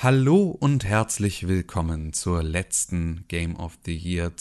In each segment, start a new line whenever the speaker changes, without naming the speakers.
Hallo und herzlich willkommen zur letzten Game of the Year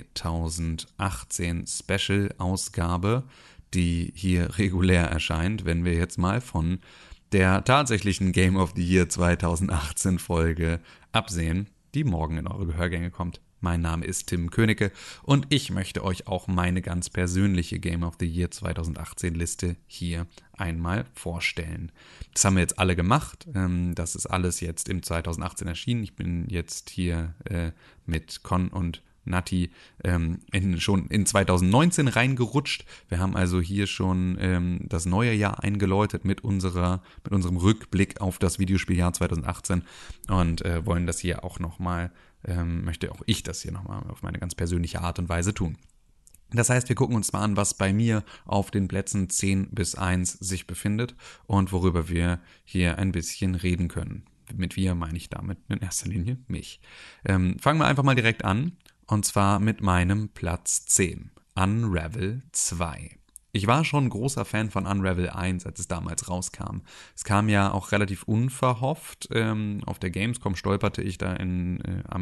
2018 Special-Ausgabe, die hier regulär erscheint, wenn wir jetzt mal von der tatsächlichen Game of the Year 2018 Folge absehen, die morgen in eure Gehörgänge kommt. Mein Name ist Tim Königke und ich möchte euch auch meine ganz persönliche Game of the Year 2018 Liste hier einmal vorstellen. Das haben wir jetzt alle gemacht. Das ist alles jetzt im 2018 erschienen. Ich bin jetzt hier mit Con und Nati schon in 2019 reingerutscht. Wir haben also hier schon das neue Jahr eingeläutet mit unserem Rückblick auf das Videospieljahr 2018 und wollen das hier auch nochmal, möchte auch ich das hier nochmal auf meine ganz persönliche Art und Weise tun. Das heißt, wir gucken uns mal an, was bei mir auf den Plätzen 10 bis 1 sich befindet und worüber wir hier ein bisschen reden können. Mit wir meine ich damit in erster Linie mich. Fangen wir einfach mal direkt an. Und zwar mit meinem Platz 10, Unravel 2. Ich war schon ein großer Fan von Unravel 1, als es damals rauskam. Es kam ja auch relativ unverhofft. Auf der Gamescom stolperte ich da am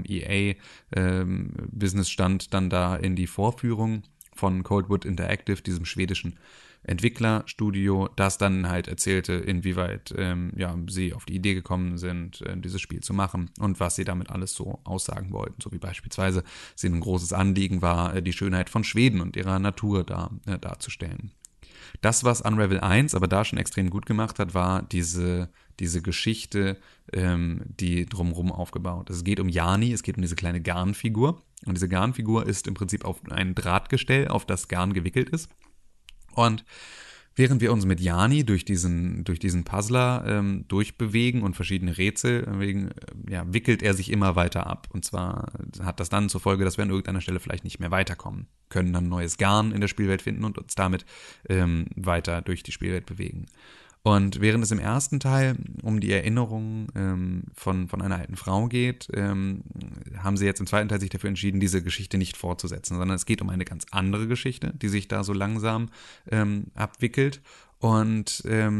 EA-Business-Stand dann da in die Vorführung von Coldwood Interactive, diesem schwedischen Entwicklerstudio, das dann halt erzählte, inwieweit sie auf die Idee gekommen sind, dieses Spiel zu machen und was sie damit alles so aussagen wollten. So wie beispielsweise es ihnen ein großes Anliegen war, die Schönheit von Schweden und ihrer Natur darzustellen. Das, was Unravel 1 aber da schon extrem gut gemacht hat, war diese Geschichte, die drumherum aufgebaut ist. Es geht um Jani, es geht um diese kleine Garnfigur. Und diese Garnfigur ist im Prinzip auf ein Drahtgestell, auf das Garn gewickelt ist. Und während wir uns mit Jani durch diesen Puzzler durchbewegen und verschiedene Rätsel wickelt er sich immer weiter ab. Und zwar hat das dann zur Folge, dass wir an irgendeiner Stelle vielleicht nicht mehr weiterkommen, können dann neues Garn in der Spielwelt finden und uns damit weiter durch die Spielwelt bewegen. Und während es im ersten Teil um die Erinnerungen von einer alten Frau geht, haben sie jetzt im zweiten Teil sich dafür entschieden, diese Geschichte nicht fortzusetzen, sondern es geht um eine ganz andere Geschichte, die sich da so langsam abwickelt. Und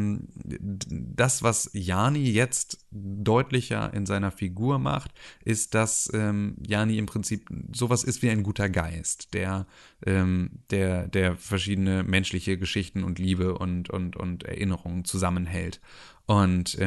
das, was Jani jetzt deutlicher in seiner Figur macht, ist, dass Jani im Prinzip sowas ist wie ein guter Geist, der verschiedene menschliche Geschichten und Liebe und Erinnerungen zusammenhält. Und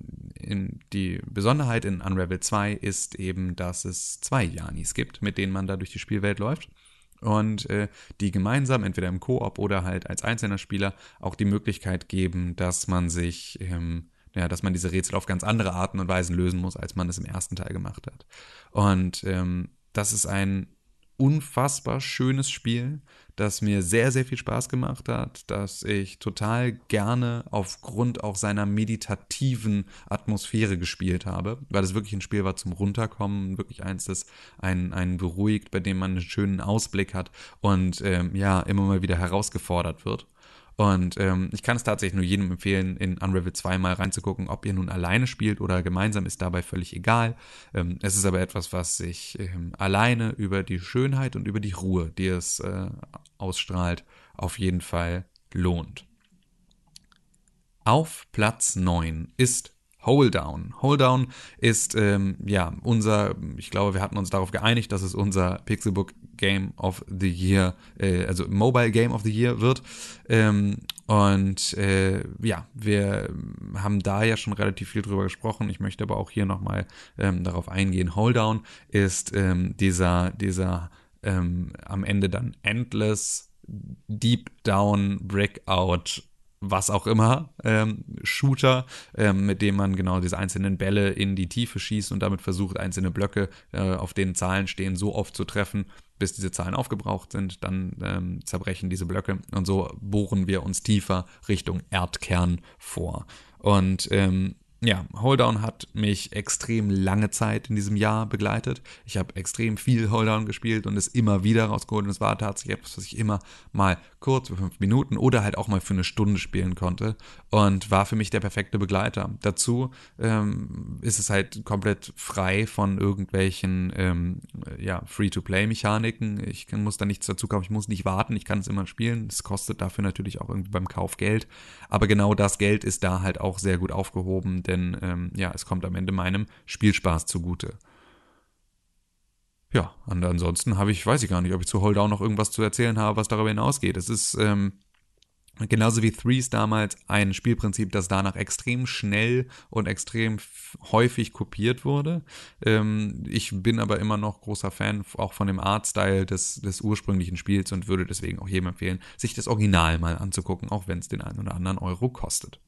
die Besonderheit in Unravel 2 ist eben, dass es 2 Janis gibt, mit denen man da durch die Spielwelt läuft. Und die gemeinsam, entweder im Koop oder halt als einzelner Spieler, auch die Möglichkeit geben, dass man dass man diese Rätsel auf ganz andere Arten und Weisen lösen muss, als man es im ersten Teil gemacht hat. Und das ist ein unfassbar schönes Spiel, das mir sehr, sehr viel Spaß gemacht hat, das ich total gerne aufgrund auch seiner meditativen Atmosphäre gespielt habe, weil es wirklich ein Spiel war zum Runterkommen, wirklich eins, das einen beruhigt, bei dem man einen schönen Ausblick hat und immer mal wieder herausgefordert wird. Und ich kann es tatsächlich nur jedem empfehlen, in Unravel 2 mal reinzugucken, ob ihr nun alleine spielt oder gemeinsam, ist dabei völlig egal. Es ist aber etwas, was sich alleine über die Schönheit und über die Ruhe, die es ausstrahlt, auf jeden Fall lohnt. Auf Platz 9 ist Holedown. Holedown ist ich glaube, wir hatten uns darauf geeinigt, dass es unser Pixelbook Game of the Year, also Mobile Game of the Year wird. Wir haben da ja schon relativ viel drüber gesprochen. Ich möchte aber auch hier nochmal darauf eingehen. Holedown ist dieser am Ende dann Endless Deep Down Breakout was auch immer, Shooter, mit dem man genau diese einzelnen Bälle in die Tiefe schießt und damit versucht, einzelne Blöcke, auf denen Zahlen stehen, so oft zu treffen, bis diese Zahlen aufgebraucht sind. Dann zerbrechen diese Blöcke und so bohren wir uns tiefer Richtung Erdkern vor. Und Holedown hat mich extrem lange Zeit in diesem Jahr begleitet. Ich habe extrem viel Holedown gespielt und es immer wieder rausgeholt. Und es war tatsächlich etwas, was ich immer mal kurz für 5 Minuten oder halt auch mal für eine Stunde spielen konnte und war für mich der perfekte Begleiter. Dazu ist es halt komplett frei von irgendwelchen Free-to-Play-Mechaniken. Ich muss da nichts dazu kaufen, ich muss nicht warten, ich kann es immer spielen. Es kostet dafür natürlich auch irgendwie beim Kauf Geld. Aber genau das Geld ist da halt auch sehr gut aufgehoben, denn es kommt am Ende meinem Spielspaß zugute. Ja, und ansonsten weiß ich gar nicht, ob ich zu Hold Down noch irgendwas zu erzählen habe, was darüber hinausgeht. Es ist genauso wie Threes damals ein Spielprinzip, das danach extrem schnell und extrem häufig kopiert wurde. Ich bin aber immer noch großer Fan auch von dem Artstyle des ursprünglichen Spiels und würde deswegen auch jedem empfehlen, sich das Original mal anzugucken, auch wenn es den einen oder anderen Euro kostet.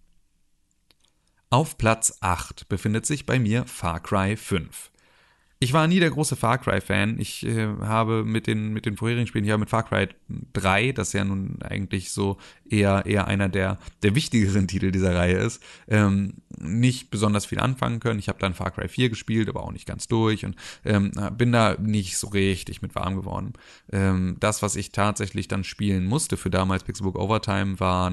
Auf Platz 8 befindet sich bei mir Far Cry 5. Ich war nie der große Far Cry-Fan. Ich habe mit den vorherigen Spielen, hier mit Far Cry 3, das ja nun eigentlich so eher einer der wichtigeren Titel dieser Reihe ist, nicht besonders viel anfangen können. Ich habe dann Far Cry 4 gespielt, aber auch nicht ganz durch und bin da nicht so richtig mit warm geworden. Das, was ich tatsächlich dann spielen musste für damals Pixelbook Overtime, war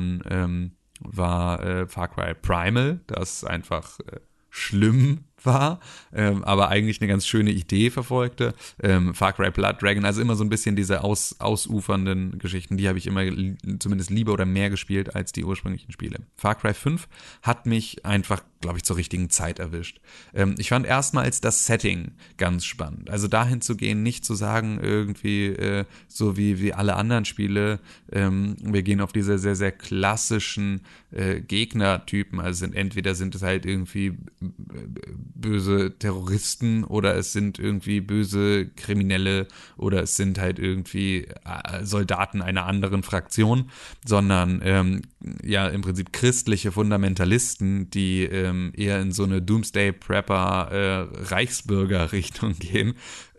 Far Cry Primal, das einfach schlimm war, aber eigentlich eine ganz schöne Idee verfolgte. Far Cry Blood Dragon, also immer so ein bisschen diese ausufernden Geschichten, die habe ich immer zumindest lieber oder mehr gespielt als die ursprünglichen Spiele. Far Cry 5 hat mich einfach, glaube ich, zur richtigen Zeit erwischt. Ich fand erstmals das Setting ganz spannend. Also dahin zu gehen, nicht zu sagen irgendwie so wie alle anderen Spiele, wir gehen auf diese sehr, sehr klassischen Gegnertypen, also entweder sind es halt irgendwie böse Terroristen oder es sind irgendwie böse Kriminelle oder es sind halt irgendwie Soldaten einer anderen Fraktion, sondern im Prinzip christliche Fundamentalisten, die eher in so eine Doomsday-Prepper Reichsbürger-Richtung gehen,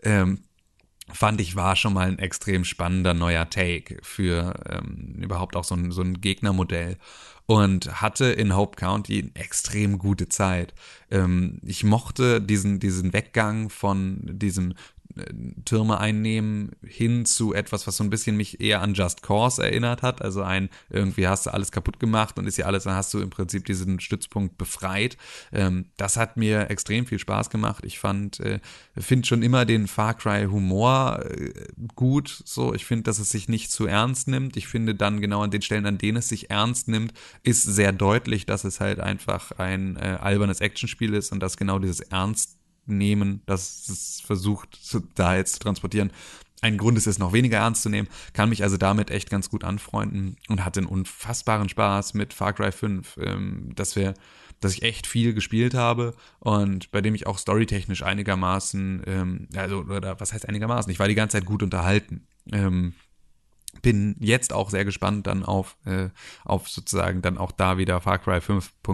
fand ich, war schon mal ein extrem spannender neuer Take für überhaupt auch so ein Gegnermodell und hatte in Hope County eine extrem gute Zeit. Ich mochte diesen Weggang von diesem Türme einnehmen hin zu etwas, was so ein bisschen mich eher an Just Cause erinnert hat. Also irgendwie hast du alles kaputt gemacht und ist ja alles, dann hast du im Prinzip diesen Stützpunkt befreit. Das hat mir extrem viel Spaß gemacht. Ich finde schon immer den Far Cry Humor gut. So, ich finde, dass es sich nicht zu ernst nimmt. Ich finde dann genau an den Stellen, an denen es sich ernst nimmt, ist sehr deutlich, dass es halt einfach ein albernes Actionspiel ist und dass genau dieses Ernst nehmen, das es versucht da jetzt zu transportieren, ein Grund ist es noch weniger ernst zu nehmen, kann mich also damit echt ganz gut anfreunden und hatte einen unfassbaren Spaß mit Far Cry 5, dass ich echt viel gespielt habe und bei dem ich auch storytechnisch einigermaßen, oder was heißt einigermaßen, ich war die ganze Zeit gut unterhalten. Bin jetzt auch sehr gespannt dann auf sozusagen dann auch da wieder Far Cry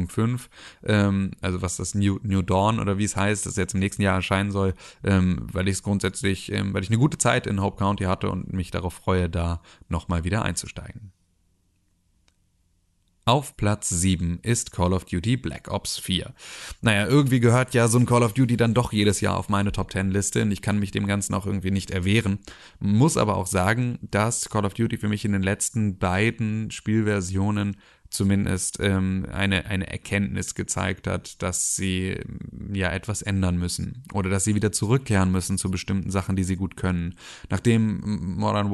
5.5, also was das New Dawn oder wie es heißt, das jetzt im nächsten Jahr erscheinen soll, weil ich eine gute Zeit in Hope County hatte und mich darauf freue, da nochmal wieder einzusteigen. Auf Platz 7 ist Call of Duty Black Ops 4. Naja, irgendwie gehört ja so ein Call of Duty dann doch jedes Jahr auf meine Top 10 Liste und ich kann mich dem Ganzen auch irgendwie nicht erwehren. Muss aber auch sagen, dass Call of Duty für mich in den letzten beiden Spielversionen zumindest eine Erkenntnis gezeigt hat, dass sie ja etwas ändern müssen oder dass sie wieder zurückkehren müssen zu bestimmten Sachen, die sie gut können. Nachdem World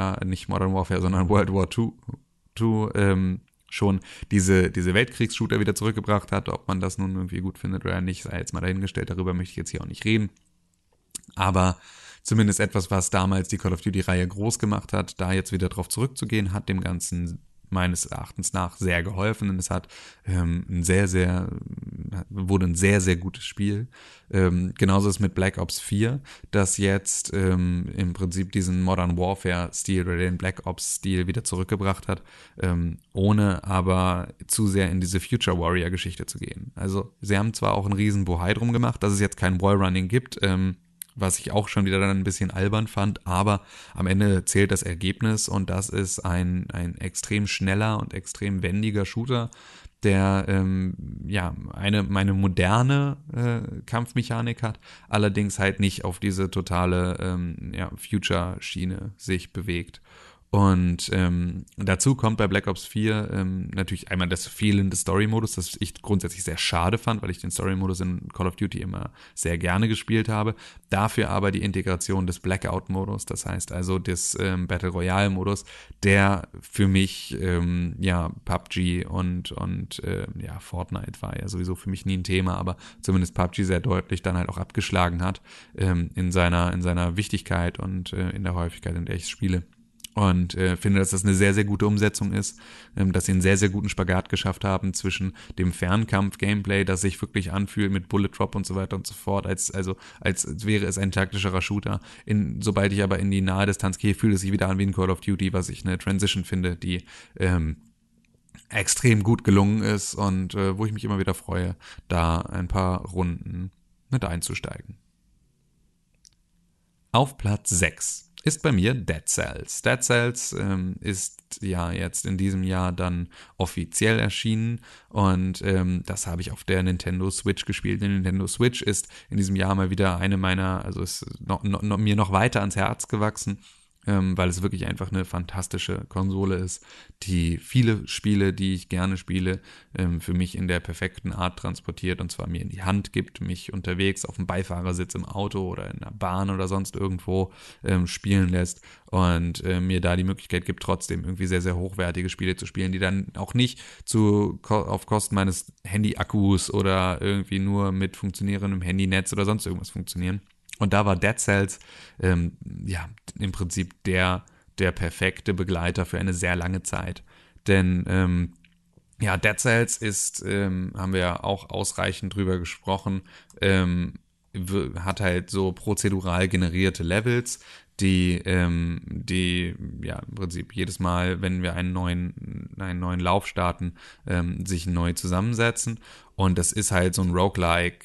War II schon diese Weltkriegsshooter wieder zurückgebracht hat, ob man das nun irgendwie gut findet oder nicht, sei jetzt mal dahingestellt, darüber möchte ich jetzt hier auch nicht reden. Aber zumindest etwas, was damals die Call of Duty-Reihe groß gemacht hat, da jetzt wieder drauf zurückzugehen, hat dem Ganzen meines Erachtens nach sehr geholfen und es hat wurde ein sehr, sehr gutes Spiel. Genauso ist es mit Black Ops 4, das jetzt im Prinzip diesen Modern Warfare-Stil oder den Black Ops-Stil wieder zurückgebracht hat, ohne aber zu sehr in diese Future Warrior-Geschichte zu gehen. Also sie haben zwar auch einen riesen Bohai drum gemacht, dass es jetzt kein Wallrunning gibt, was ich auch schon wieder dann ein bisschen albern fand, aber am Ende zählt das Ergebnis und das ist ein extrem schneller und extrem wendiger Shooter, der meine moderne Kampfmechanik hat, allerdings halt nicht auf diese totale Future-Schiene sich bewegt. Und dazu kommt bei Black Ops 4 natürlich einmal das fehlende Story-Modus, das ich grundsätzlich sehr schade fand, weil ich den Story-Modus in Call of Duty immer sehr gerne gespielt habe. Dafür aber die Integration des Blackout-Modus, das heißt also des Battle Royale-Modus, der für mich PUBG und Fortnite war ja sowieso für mich nie ein Thema, aber zumindest PUBG sehr deutlich dann halt auch abgeschlagen hat in seiner Wichtigkeit und in der Häufigkeit, in der ich es spiele. Und finde, dass das eine sehr, sehr gute Umsetzung ist, dass sie einen sehr, sehr guten Spagat geschafft haben zwischen dem Fernkampf-Gameplay, das sich wirklich anfühlt mit Bullet Drop und so weiter und so fort, als wäre es ein taktischerer Shooter. Sobald ich aber in die nahe Distanz gehe, fühlt es sich wieder an wie ein Call of Duty, was ich eine Transition finde, die extrem gut gelungen ist und wo ich mich immer wieder freue, da ein paar Runden mit einzusteigen. Auf Platz 6 ist bei mir Dead Cells. Dead Cells ist ja jetzt in diesem Jahr dann offiziell erschienen und das habe ich auf der Nintendo Switch gespielt. Die Nintendo Switch ist in diesem Jahr mal wieder eine meiner, also ist mir noch weiter ans Herz gewachsen, weil es wirklich einfach eine fantastische Konsole ist, die viele Spiele, die ich gerne spiele, für mich in der perfekten Art transportiert und zwar mir in die Hand gibt, mich unterwegs auf dem Beifahrersitz im Auto oder in der Bahn oder sonst irgendwo spielen lässt und mir da die Möglichkeit gibt, trotzdem irgendwie sehr, sehr hochwertige Spiele zu spielen, die dann auch nicht auf Kosten meines Handy-Akkus oder irgendwie nur mit funktionierendem Handynetz oder sonst irgendwas funktionieren. Und da war Dead Cells im Prinzip der perfekte Begleiter für eine sehr lange Zeit. Denn Dead Cells ist, haben wir ja auch ausreichend drüber gesprochen, hat halt so prozedural generierte Levels, die im Prinzip jedes Mal, wenn wir einen neuen Lauf starten, sich neu zusammensetzen. Und das ist halt so ein Roguelike,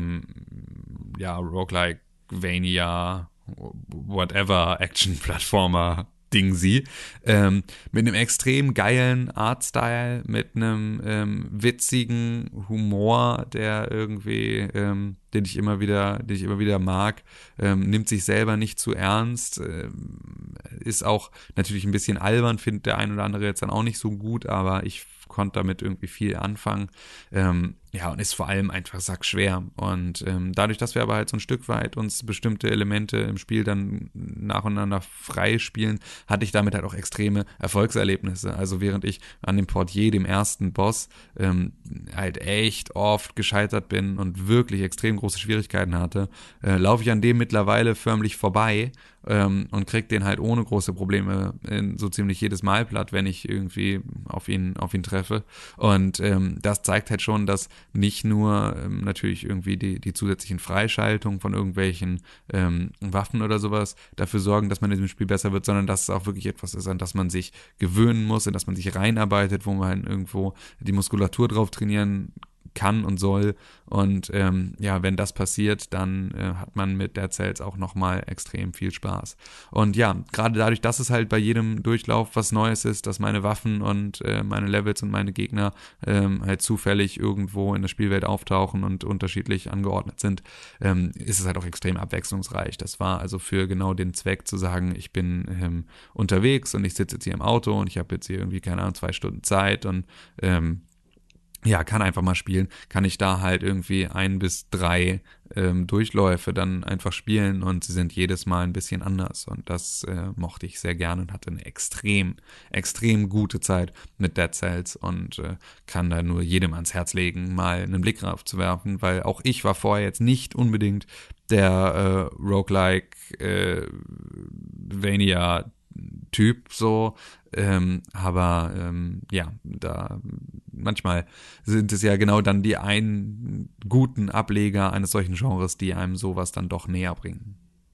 Roguelike-Vania, whatever, Action-Plattformer Ding mit einem extrem geilen Artstyle, mit einem witzigen Humor, der irgendwie, den ich immer wieder mag, nimmt sich selber nicht zu ernst, ist auch natürlich ein bisschen albern, findet der ein oder andere jetzt dann auch nicht so gut, aber ich konnte damit irgendwie viel anfangen. Und ist vor allem einfach sackschwer. Und dadurch, dass wir aber halt so ein Stück weit uns bestimmte Elemente im Spiel dann nacheinander freispielen, hatte ich damit halt auch extreme Erfolgserlebnisse. Also während ich an dem Portier, dem ersten Boss, halt echt oft gescheitert bin und wirklich extrem große Schwierigkeiten hatte, laufe ich an dem mittlerweile förmlich vorbei und krieg den halt ohne große Probleme so ziemlich jedes Mal platt, wenn ich irgendwie auf ihn treffe. Und das zeigt halt schon, dass nicht nur natürlich irgendwie die zusätzlichen Freischaltungen von irgendwelchen Waffen oder sowas dafür sorgen, dass man in diesem Spiel besser wird, sondern dass es auch wirklich etwas ist, an das man sich gewöhnen muss, in das man sich reinarbeitet, wo man irgendwo die Muskulatur drauf trainieren kann und soll. Und wenn das passiert, dann hat man mit Dead Cells auch nochmal extrem viel Spaß. Und ja, gerade dadurch, dass es halt bei jedem Durchlauf was Neues ist, dass meine Waffen und meine Levels und meine Gegner halt zufällig irgendwo in der Spielwelt auftauchen und unterschiedlich angeordnet sind, ist es halt auch extrem abwechslungsreich. Das war also für genau den Zweck zu sagen, ich bin unterwegs und ich sitze jetzt hier im Auto und ich habe jetzt hier irgendwie, keine Ahnung, 2 Stunden Zeit und kann einfach mal spielen, kann ich da halt irgendwie 1 bis 3 Durchläufe dann einfach spielen und sie sind jedes Mal ein bisschen anders und das mochte ich sehr gerne und hatte eine extrem, extrem gute Zeit mit Dead Cells und kann da nur jedem ans Herz legen, mal einen Blick drauf zu werfen, weil auch ich war vorher jetzt nicht unbedingt der Roguelike Vania Typ so, aber da manchmal sind es ja genau dann die einen guten Ableger eines solchen Genres, die einem sowas dann doch näher bringen.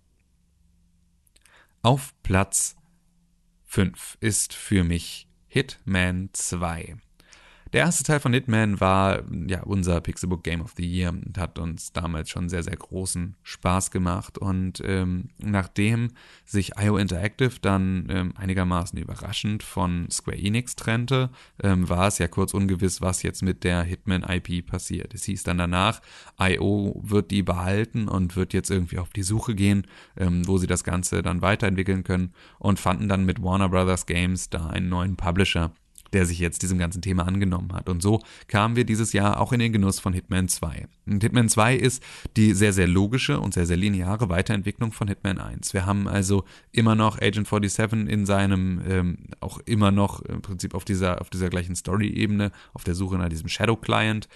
Auf Platz 5 ist für mich Hitman 2. Der erste Teil von Hitman war ja unser Pixelbook Game of the Year und hat uns damals schon sehr, sehr großen Spaß gemacht. Und nachdem sich IO Interactive dann einigermaßen überraschend von Square Enix trennte, war es ja kurz ungewiss, was jetzt mit der Hitman-IP passiert. Es hieß dann danach, IO wird die behalten und wird jetzt irgendwie auf die Suche gehen, wo sie das Ganze dann weiterentwickeln können, und fanden dann mit Warner Brothers Games da einen neuen Publisher, der sich jetzt diesem ganzen Thema angenommen hat. Und so kamen wir dieses Jahr auch in den Genuss von Hitman 2. Und Hitman 2 ist die sehr, sehr logische und sehr, sehr lineare Weiterentwicklung von Hitman 1. Wir haben also immer noch Agent 47 in seinem, auch immer noch im Prinzip auf dieser gleichen Story-Ebene, auf der Suche nach diesem Shadow-Client,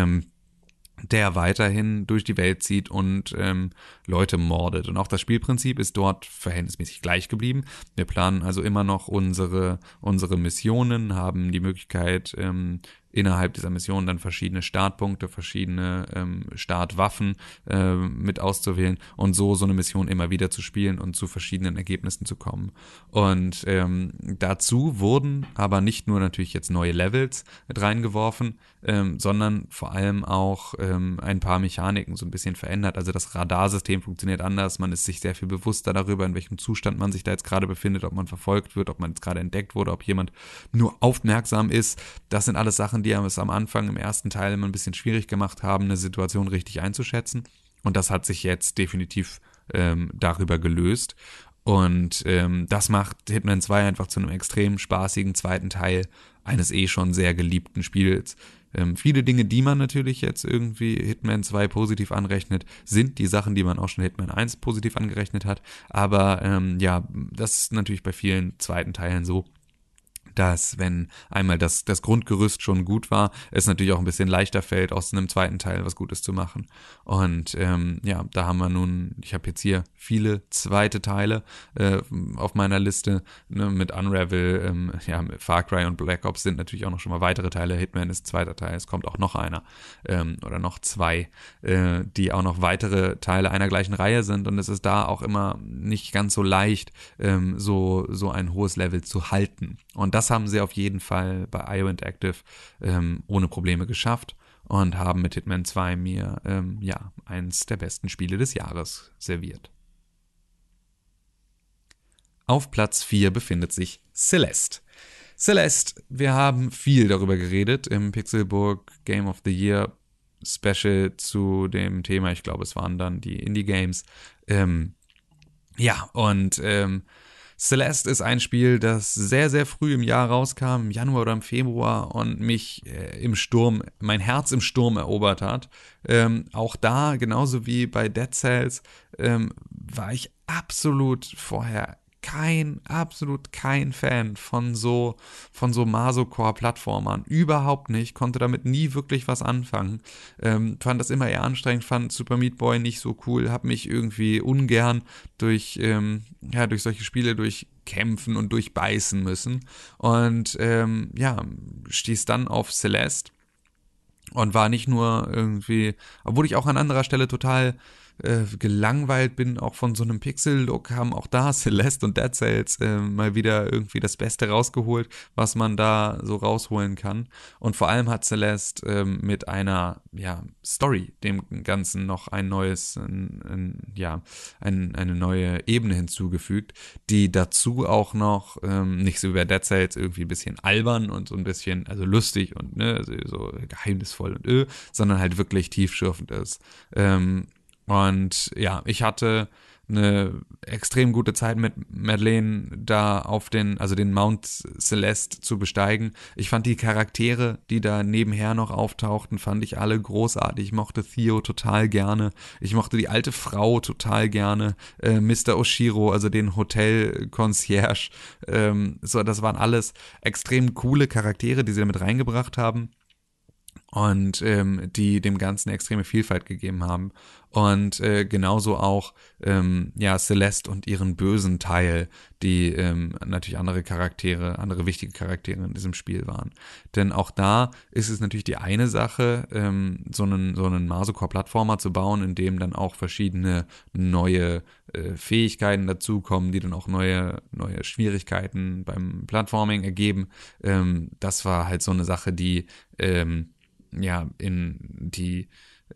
der weiterhin durch die Welt zieht und Leute mordet. Und auch das Spielprinzip ist dort verhältnismäßig gleich geblieben. Wir planen also immer noch unsere Missionen, haben die Möglichkeit, innerhalb dieser Mission dann verschiedene Startpunkte, verschiedene Startwaffen mit auszuwählen und so eine Mission immer wieder zu spielen und zu verschiedenen Ergebnissen zu kommen. Und dazu wurden aber nicht nur natürlich jetzt neue Levels mit reingeworfen, sondern vor allem auch ein paar Mechaniken so ein bisschen verändert. Also das Radarsystem funktioniert anders, man ist sich sehr viel bewusster darüber, in welchem Zustand man sich da jetzt gerade befindet, ob man verfolgt wird, ob man jetzt gerade entdeckt wurde, ob jemand nur aufmerksam ist. Das sind alles Sachen, die es am Anfang im ersten Teil immer ein bisschen schwierig gemacht haben, eine Situation richtig einzuschätzen. Und das hat sich jetzt definitiv darüber gelöst. Und das macht Hitman 2 einfach zu einem extrem spaßigen zweiten Teil eines schon sehr geliebten Spiels. Viele Dinge, die man natürlich jetzt irgendwie Hitman 2 positiv anrechnet, sind die Sachen, die man auch schon Hitman 1 positiv angerechnet hat. Aber ja, das ist natürlich bei vielen zweiten Teilen so, dass wenn einmal das Grundgerüst schon gut war, es natürlich auch ein bisschen leichter fällt, aus einem zweiten Teil was Gutes zu machen. Und ja, da haben wir nun, ich habe jetzt hier viele zweite Teile auf meiner Liste, ne, mit Unravel, ja, mit Far Cry und Black Ops sind natürlich auch noch schon mal weitere Teile. Hitman ist zweiter Teil, es kommt auch noch einer oder noch zwei, die auch noch weitere Teile einer gleichen Reihe sind, und es ist da auch immer nicht ganz so leicht, so ein hohes Level zu halten. Und das haben sie auf jeden Fall bei IO Interactive ohne Probleme geschafft und haben mit Hitman 2 mir ja eins der besten Spiele des Jahres serviert. Auf Platz 4 befindet sich Celeste. Celeste, wir haben viel darüber geredet im Pixelbook Game of the Year Special zu dem Thema. Ich glaube, es waren dann die Indie-Games. Ja, und Celeste ist ein Spiel, das sehr, sehr früh im Jahr rauskam, im Januar oder im Februar, und mich mein Herz im Sturm erobert hat. Auch da, genauso wie bei Dead Cells, war ich vorher absolut kein Fan von so Masocore-Plattformern. Überhaupt nicht, konnte damit nie wirklich was anfangen. Fand das immer eher anstrengend, fand Super Meat Boy nicht so cool, hab mich irgendwie ungern durch solche Spiele durchkämpfen und durchbeißen müssen. Und ja, stieß dann auf Celeste und war nicht nur irgendwie, obwohl ich auch an anderer Stelle total gelangweilt bin, auch von so einem Pixel-Look, haben auch da Celeste und Dead Cells mal wieder irgendwie das Beste rausgeholt, was man da so rausholen kann. Und vor allem hat Celeste mit einer Story dem Ganzen noch eine neue Ebene hinzugefügt, die dazu auch noch nicht so wie bei Dead Cells irgendwie ein bisschen albern und so ein bisschen, also lustig und so geheimnisvoll und sondern halt wirklich tiefschürfend ist. Und ja, ich hatte eine extrem gute Zeit mit Madeleine da den Mount Celeste zu besteigen. Ich fand die Charaktere, die da nebenher noch auftauchten, fand ich alle großartig. Ich mochte Theo total gerne. Ich mochte die alte Frau total gerne. Mr. Oshiro, also den Hotel-Concierge. Das waren alles extrem coole Charaktere, die sie da mit reingebracht haben. und die dem Ganzen extreme Vielfalt gegeben haben. Und genauso auch Celeste und ihren bösen Teil, die natürlich andere wichtige Charaktere in diesem Spiel waren. Denn auch da ist es natürlich die eine Sache, so einen Masucore-Plattformer zu bauen, in dem dann auch verschiedene neue Fähigkeiten dazukommen, die dann auch neue Schwierigkeiten beim Plattforming ergeben. Das war halt so eine Sache, die in die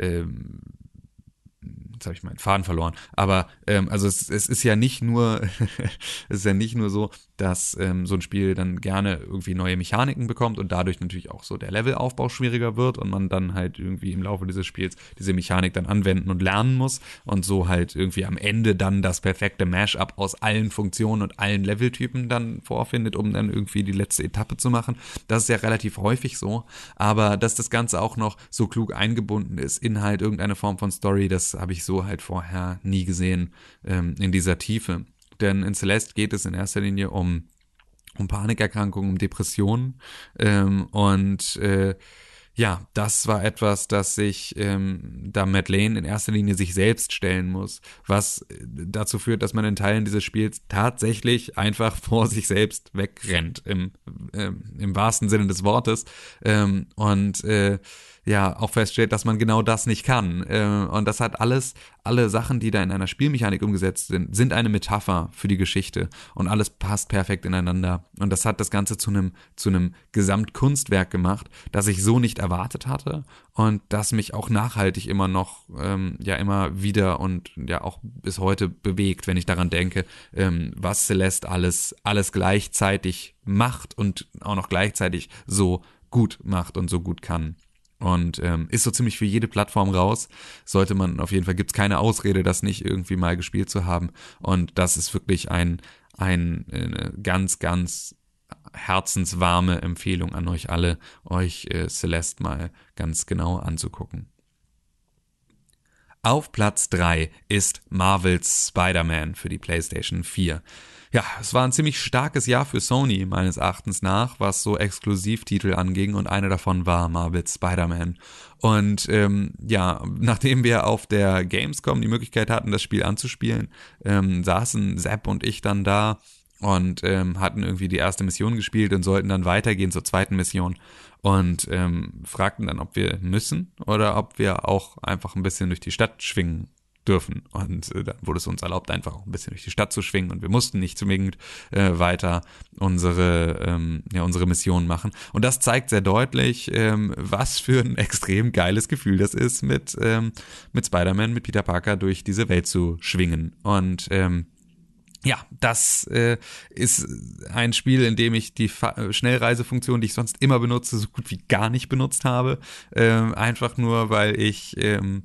jetzt habe ich meinen Faden verloren, aber also es ist ja nicht nur es ist ja nicht nur so, dass so ein Spiel dann gerne irgendwie neue Mechaniken bekommt und dadurch natürlich auch so der Levelaufbau schwieriger wird und man dann halt irgendwie im Laufe dieses Spiels diese Mechanik dann anwenden und lernen muss und so halt irgendwie am Ende dann das perfekte Mashup aus allen Funktionen und allen Leveltypen dann vorfindet, um dann irgendwie die letzte Etappe zu machen. Das ist ja relativ häufig so, aber dass das Ganze auch noch so klug eingebunden ist in halt irgendeine Form von Story, das habe ich so halt vorher nie gesehen in dieser Tiefe. Denn in Celeste geht es in erster Linie um Panikerkrankungen, um Depressionen das war etwas, das sich da Madeleine in erster Linie sich selbst stellen muss, was dazu führt, dass man in Teilen dieses Spiels tatsächlich einfach vor sich selbst wegrennt, im wahrsten Sinne des Wortes auch feststellt, dass man genau das nicht kann. Und das hat alle Sachen, die da in einer Spielmechanik umgesetzt sind eine Metapher für die Geschichte. Und alles passt perfekt ineinander. Und das hat das Ganze zu einem Gesamtkunstwerk gemacht, das ich so nicht erwartet hatte und das mich auch nachhaltig immer noch, immer wieder und ja auch bis heute bewegt, wenn ich daran denke, was Celeste alles gleichzeitig macht und auch noch gleichzeitig so gut macht und so gut kann. Und ist so ziemlich für jede Plattform raus. Sollte man auf jeden Fall, gibt's keine Ausrede, das nicht irgendwie mal gespielt zu haben. Und das ist wirklich eine ganz, ganz herzenswarme Empfehlung an euch alle, euch Celeste mal ganz genau anzugucken. Auf Platz 3 ist Marvel's Spider-Man für die PlayStation 4. Ja, es war ein ziemlich starkes Jahr für Sony, meines Erachtens nach, was so Exklusivtitel anging und einer davon war Marvel's Spider-Man. Und nachdem wir auf der Gamescom die Möglichkeit hatten, das Spiel anzuspielen, saßen Sepp und ich dann da und hatten irgendwie die erste Mission gespielt und sollten dann weitergehen zur zweiten Mission und fragten dann, ob wir müssen oder ob wir auch einfach ein bisschen durch die Stadt schwingen dürfen. Und dann wurde es uns erlaubt, einfach auch ein bisschen durch die Stadt zu schwingen und wir mussten nicht zwingend weiter unsere Mission machen. Und das zeigt sehr deutlich, was für ein extrem geiles Gefühl das ist, mit Spider-Man, mit Peter Parker durch diese Welt zu schwingen. Und das ist ein Spiel, in dem ich die Schnellreisefunktion, die ich sonst immer benutze, so gut wie gar nicht benutzt habe. Einfach nur, weil ich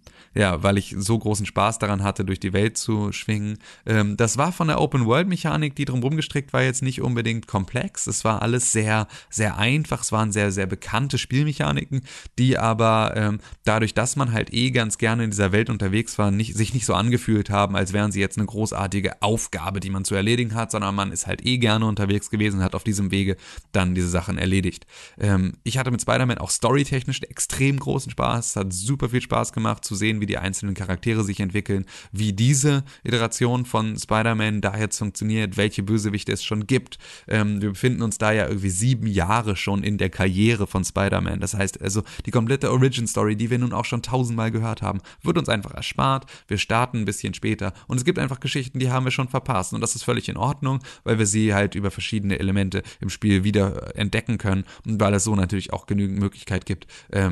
so großen Spaß daran hatte, durch die Welt zu schwingen. Das war von der Open-World-Mechanik, die drumherum gestrickt war, jetzt nicht unbedingt komplex. Es war alles sehr, sehr einfach. Es waren sehr, sehr bekannte Spielmechaniken, die aber dadurch, dass man halt ganz gerne in dieser Welt unterwegs war, sich nicht so angefühlt haben, als wären sie jetzt eine großartige Aufgabe, die man zu erledigen hat, sondern man ist halt gerne unterwegs gewesen und hat auf diesem Wege dann diese Sachen erledigt. Ich hatte mit Spider-Man auch storytechnisch extrem großen Spaß. Es hat super viel Spaß gemacht zu sehen, wie die einzelnen Charaktere sich entwickeln, wie diese Iteration von Spider-Man da jetzt funktioniert, welche Bösewichte es schon gibt. Wir befinden uns da ja irgendwie 7 Jahre schon in der Karriere von Spider-Man. Das heißt also, die komplette Origin-Story, die wir nun auch schon 1000-mal gehört haben, wird uns einfach erspart. Wir starten ein bisschen später und es gibt einfach Geschichten, die haben wir schon verpasst. Und das ist völlig in Ordnung, weil wir sie halt über verschiedene Elemente im Spiel wieder entdecken können und weil es so natürlich auch genügend Möglichkeit gibt,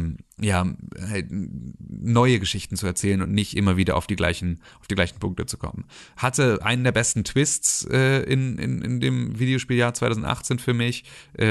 halt neue Geschichten zu erzählen und nicht immer wieder auf die gleichen Punkte zu kommen. Hatte einen der besten Twists in dem Videospieljahr 2018 für mich,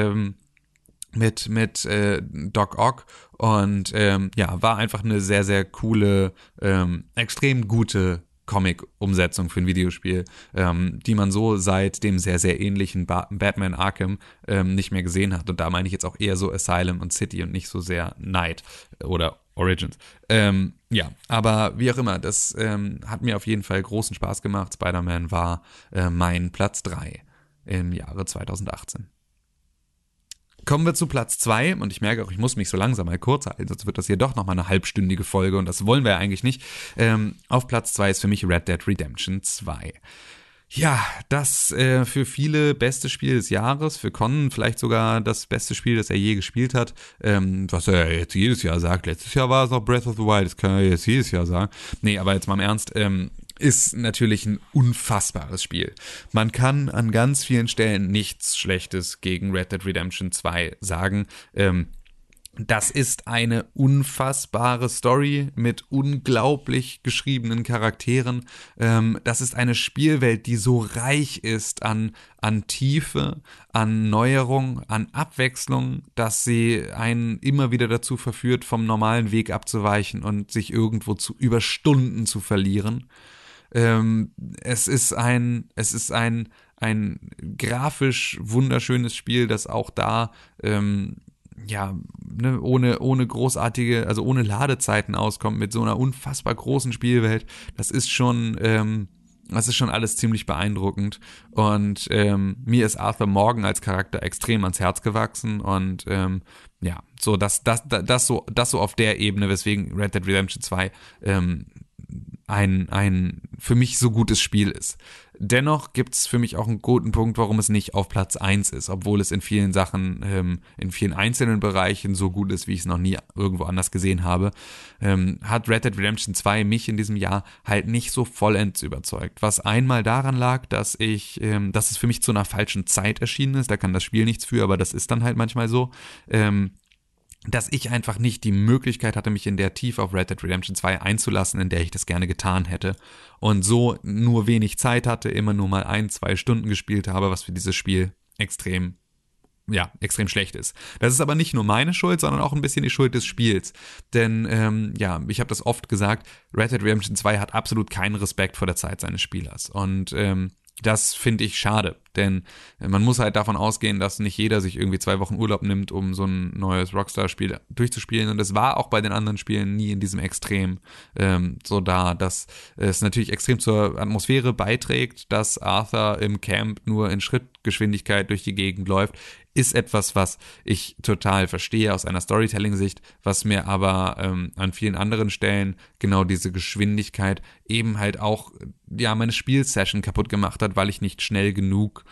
mit Doc Ock und war einfach eine sehr, sehr coole, extrem gute Comic-Umsetzung für ein Videospiel, die man so seit dem sehr, sehr ähnlichen Batman Arkham nicht mehr gesehen hat. Und da meine ich jetzt auch eher so Asylum und City und nicht so sehr Night oder Origins. Aber wie auch immer, das hat mir auf jeden Fall großen Spaß gemacht. Spider-Man war mein Platz 3 im Jahre 2018. Kommen wir zu Platz 2 und ich merke auch, ich muss mich so langsam mal kurz halten, sonst wird das hier doch nochmal eine halbstündige Folge und das wollen wir ja eigentlich nicht. Auf Platz 2 ist für mich Red Dead Redemption 2. Ja, das für viele beste Spiel des Jahres, für Con vielleicht sogar das beste Spiel, das er je gespielt hat, was er jetzt jedes Jahr sagt. Letztes Jahr war es noch Breath of the Wild, das kann er jetzt jedes Jahr sagen. Nee, aber jetzt mal im Ernst, ist natürlich ein unfassbares Spiel. Man kann an ganz vielen Stellen nichts Schlechtes gegen Red Dead Redemption 2 sagen. Das ist eine unfassbare Story mit unglaublich geschriebenen Charakteren. Das ist eine Spielwelt, die so reich ist an Tiefe, an Neuerung, an Abwechslung, dass sie einen immer wieder dazu verführt, vom normalen Weg abzuweichen und sich irgendwo über Stunden zu verlieren. Es ist ein grafisch wunderschönes Spiel, das auch da ohne großartige, also ohne Ladezeiten auskommt, mit so einer unfassbar großen Spielwelt. Das ist schon alles ziemlich beeindruckend. Und mir ist Arthur Morgan als Charakter extrem ans Herz gewachsen und so das so auf der Ebene, weswegen Red Dead Redemption 2 ein für mich so gutes Spiel ist. Dennoch gibt es für mich auch einen guten Punkt, warum es nicht auf Platz 1 ist, obwohl es in vielen Sachen, in vielen einzelnen Bereichen so gut ist, wie ich es noch nie irgendwo anders gesehen habe, hat Red Dead Redemption 2 mich in diesem Jahr halt nicht so vollends überzeugt. Was einmal daran lag, dass es für mich zu einer falschen Zeit erschienen ist, da kann das Spiel nichts für, aber das ist dann halt manchmal so, dass ich einfach nicht die Möglichkeit hatte, mich in der Tiefe auf Red Dead Redemption 2 einzulassen, in der ich das gerne getan hätte. Und so nur wenig Zeit hatte, immer nur mal 1-2 Stunden gespielt habe, was für dieses Spiel extrem schlecht ist. Das ist aber nicht nur meine Schuld, sondern auch ein bisschen die Schuld des Spiels. Denn, ich habe das oft gesagt, Red Dead Redemption 2 hat absolut keinen Respekt vor der Zeit seines Spielers. Und das finde ich schade, denn man muss halt davon ausgehen, dass nicht jeder sich irgendwie 2 Wochen Urlaub nimmt, um so ein neues Rockstar-Spiel durchzuspielen, und es war auch bei den anderen Spielen nie in diesem Extrem so da, dass es natürlich extrem zur Atmosphäre beiträgt, dass Arthur im Camp nur in Schrittgeschwindigkeit durch die Gegend läuft, ist etwas, was ich total verstehe aus einer Storytelling-Sicht, was mir aber an vielen anderen Stellen genau diese Geschwindigkeit eben halt auch meine Spielsession kaputt gemacht hat, weil ich nicht schnell genug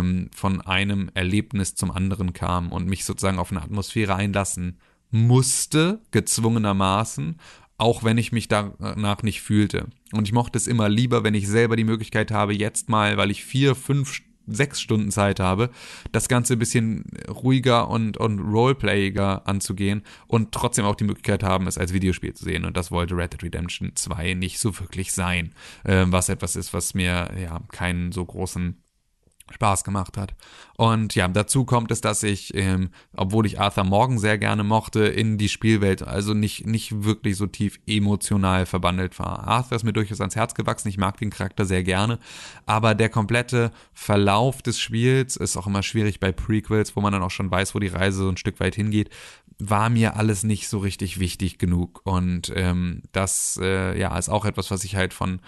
von einem Erlebnis zum anderen kam und mich sozusagen auf eine Atmosphäre einlassen musste, gezwungenermaßen, auch wenn ich mich danach nicht fühlte. Und ich mochte es immer lieber, wenn ich selber die Möglichkeit habe, jetzt mal, weil ich 4, 5, 6 Stunden Zeit habe, das Ganze ein bisschen ruhiger und roleplayiger anzugehen und trotzdem auch die Möglichkeit haben, es als Videospiel zu sehen. Und das wollte Red Dead Redemption 2 nicht so wirklich sein. Was etwas ist, was mir keinen so großen Spaß gemacht hat. Und dazu kommt es, dass ich, obwohl ich Arthur Morgan sehr gerne mochte, in die Spielwelt also nicht wirklich so tief emotional verbandelt war. Arthur ist mir durchaus ans Herz gewachsen, ich mag den Charakter sehr gerne, aber der komplette Verlauf des Spiels ist auch immer schwierig bei Prequels, wo man dann auch schon weiß, wo die Reise so ein Stück weit hingeht, war mir alles nicht so richtig wichtig genug. Und das ist auch etwas, was ich halt von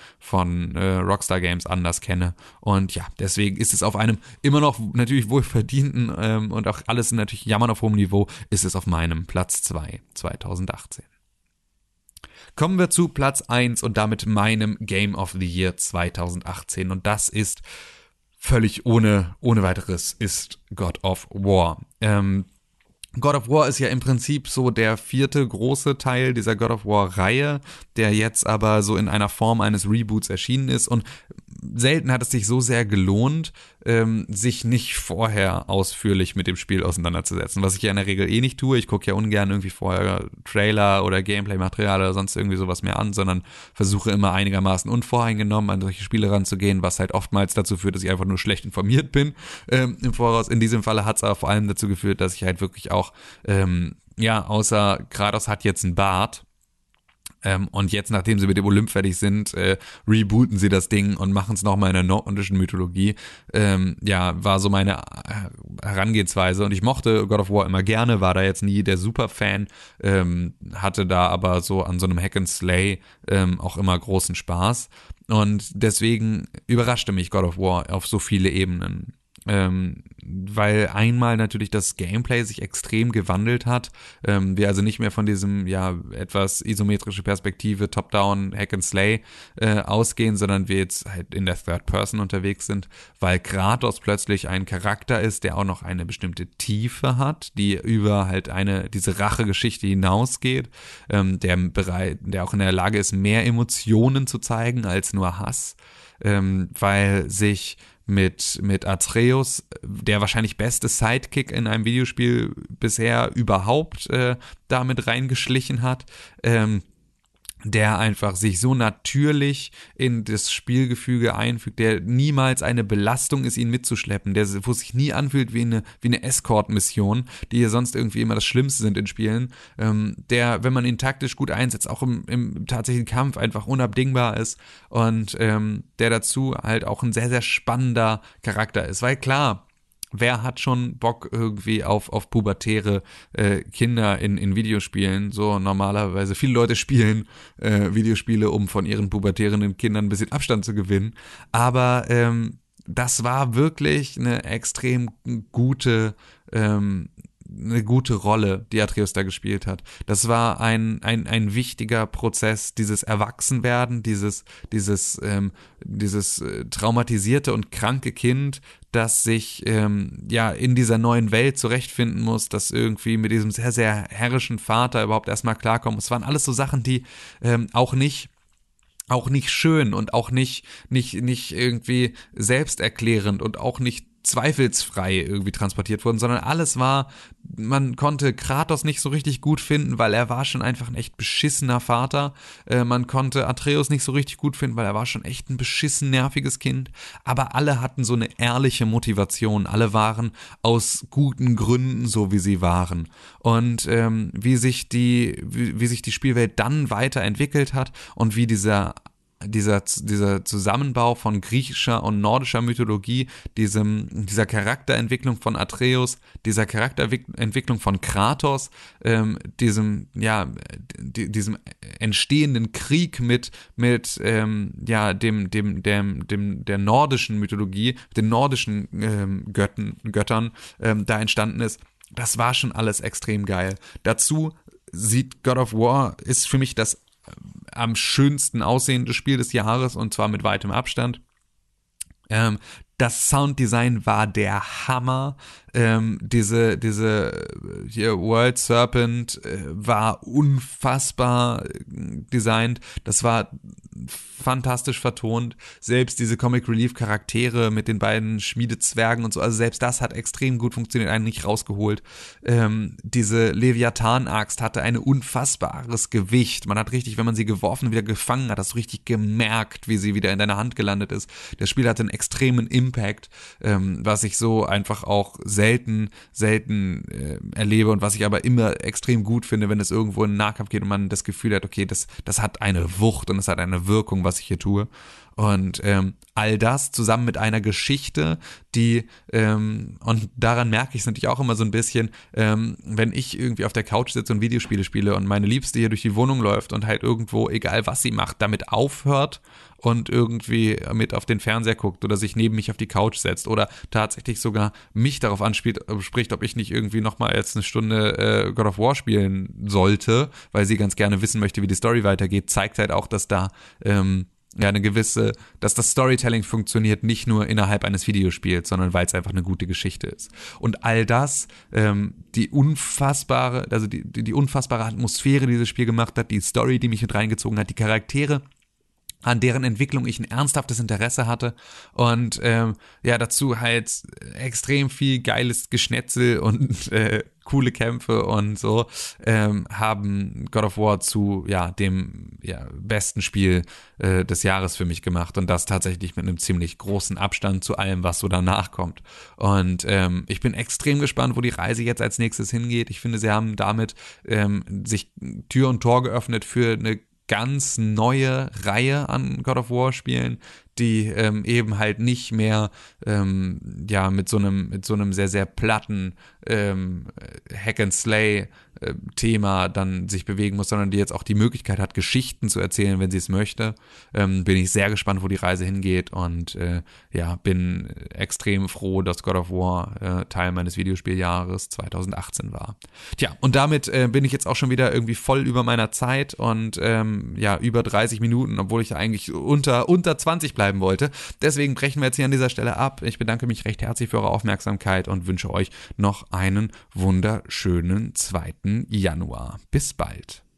Rockstar Games anders kenne. Und deswegen ist es auf einem immer noch natürlich wohlverdienten und auch alles natürlich jammern auf hohem Niveau, ist es auf meinem Platz 2 2018. Kommen wir zu Platz 1 und damit meinem Game of the Year 2018. Und das ist völlig ohne weiteres ist God of War. God of War ist ja im Prinzip so der 4. große Teil dieser God of War-Reihe, der jetzt aber so in einer Form eines Reboots erschienen ist, und selten hat es sich so sehr gelohnt, sich nicht vorher ausführlich mit dem Spiel auseinanderzusetzen, was ich ja in der Regel nicht tue. Ich gucke ja ungern irgendwie vorher Trailer oder Gameplay-Material oder sonst irgendwie sowas mehr an, sondern versuche immer einigermaßen unvoreingenommen an solche Spiele ranzugehen, was halt oftmals dazu führt, dass ich einfach nur schlecht informiert bin im Voraus. In diesem Falle hat es aber vor allem dazu geführt, dass ich halt wirklich auch außer Kratos hat jetzt einen Bart, und jetzt, nachdem sie mit dem Olymp fertig sind, rebooten sie das Ding und machen es nochmal in der nordischen Mythologie. War so meine Herangehensweise, und ich mochte God of War immer gerne, war da jetzt nie der Superfan, hatte da aber so an so einem Hack and Slay auch immer großen Spaß, und deswegen überraschte mich God of War auf so viele Ebenen. weil einmal natürlich das Gameplay sich extrem gewandelt hat. Wir also nicht mehr von diesem etwas isometrische Perspektive, Top-Down, Hack and Slay ausgehen, sondern wir jetzt halt in der Third Person unterwegs sind, weil Kratos plötzlich ein Charakter ist, der auch noch eine bestimmte Tiefe hat, die über halt diese Rachegeschichte hinausgeht, der auch in der Lage ist, mehr Emotionen zu zeigen als nur Hass, weil sich mit Atreus, der wahrscheinlich beste Sidekick in einem Videospiel bisher überhaupt damit reingeschlichen hat, der einfach sich so natürlich in das Spielgefüge einfügt, der niemals eine Belastung ist, ihn mitzuschleppen, wo es sich nie anfühlt wie eine Escort-Mission, die hier sonst irgendwie immer das Schlimmste sind in Spielen, der, wenn man ihn taktisch gut einsetzt, auch im tatsächlichen Kampf einfach unabdingbar ist und der dazu halt auch ein sehr, sehr spannender Charakter ist, weil klar, wer hat schon Bock irgendwie auf pubertäre Kinder in Videospielen? So normalerweise, viele Leute spielen Videospiele, um von ihren pubertären Kindern ein bisschen Abstand zu gewinnen. Aber das war wirklich eine extrem gute Rolle, die Atreus da gespielt hat. Das war ein wichtiger Prozess, dieses Erwachsenwerden, dieses traumatisierte und kranke Kind, das sich in dieser neuen Welt zurechtfinden muss, das irgendwie mit diesem sehr, sehr herrischen Vater überhaupt erstmal klarkommt. Es waren alles so Sachen, die auch nicht schön und auch nicht irgendwie selbsterklärend und auch nicht zweifelsfrei irgendwie transportiert wurden, sondern alles man konnte Kratos nicht so richtig gut finden, weil er war schon einfach ein echt beschissener Vater, man konnte Atreus nicht so richtig gut finden, weil er war schon echt ein beschissen nerviges Kind, aber alle hatten so eine ehrliche Motivation, alle waren aus guten Gründen so, wie sie waren und wie sich die Spielwelt dann weiterentwickelt hat und wie dieser Zusammenbau von griechischer und nordischer Mythologie, dieser Charakterentwicklung von Atreus, dieser Charakterentwicklung von Kratos, diesem entstehenden Krieg mit der nordischen Mythologie, den nordischen Göttern da entstanden ist. Das war schon alles extrem geil. Dazu sieht God of War, ist für mich das am schönsten aussehende Spiel des Jahres und zwar mit weitem Abstand. Das Sounddesign war der Hammer. Diese hier World Serpent war unfassbar designt. Das war fantastisch vertont. Selbst diese Comic Relief Charaktere mit den beiden Schmiedezwergen und so, also selbst das hat extrem gut funktioniert, einen nicht rausgeholt. Diese Leviathan-Axt hatte ein unfassbares Gewicht. Man hat richtig, wenn man sie geworfen und wieder gefangen hat, hast du richtig gemerkt, wie sie wieder in deiner Hand gelandet ist. Das Spiel hatte einen extremen Impact, was ich so einfach auch selten erlebe und was ich aber immer extrem gut finde, wenn es irgendwo in den Nahkampf geht und man das Gefühl hat, okay, das hat eine Wucht und es hat eine Wirkung, was ich hier tue. Und all das zusammen mit einer Geschichte, die, und daran merke ich es natürlich auch immer so ein bisschen, wenn ich irgendwie auf der Couch sitze und Videospiele spiele und meine Liebste hier durch die Wohnung läuft und halt irgendwo, egal was sie macht, damit aufhört und irgendwie mit auf den Fernseher guckt oder sich neben mich auf die Couch setzt oder tatsächlich sogar mich darauf anspricht, ob ich nicht irgendwie nochmal jetzt eine Stunde God of War spielen sollte, weil sie ganz gerne wissen möchte, wie die Story weitergeht, zeigt halt auch, dass da dass das Storytelling funktioniert nicht nur innerhalb eines Videospiels, sondern weil es einfach eine gute Geschichte ist. Und all das, die unfassbare Atmosphäre, die dieses Spiel gemacht hat, die Story, die mich mit reingezogen hat, die Charaktere, an deren Entwicklung ich ein ernsthaftes Interesse hatte und dazu halt extrem viel geiles Geschnetzel und coole Kämpfe und so haben God of War zu dem besten Spiel des Jahres für mich gemacht und das tatsächlich mit einem ziemlich großen Abstand zu allem, was so danach kommt. Und ich bin extrem gespannt, wo die Reise jetzt als nächstes hingeht. Ich finde, sie haben damit sich Tür und Tor geöffnet für eine ganz neue Reihe an God of War Spielen, die eben halt nicht mehr mit so einem sehr, sehr platten Hack-and-Slay-Thema dann sich bewegen muss, sondern die jetzt auch die Möglichkeit hat, Geschichten zu erzählen, wenn sie es möchte. Bin ich sehr gespannt, wo die Reise hingeht und bin extrem froh, dass God of War Teil meines Videospieljahres 2018 war. Tja, und damit bin ich jetzt auch schon wieder irgendwie voll über meiner Zeit und über 30 Minuten, obwohl ich eigentlich unter 20 bleiben wollte. Deswegen brechen wir jetzt hier an dieser Stelle ab. Ich bedanke mich recht herzlich für eure Aufmerksamkeit und wünsche euch noch einen wunderschönen 2. Januar. Bis bald.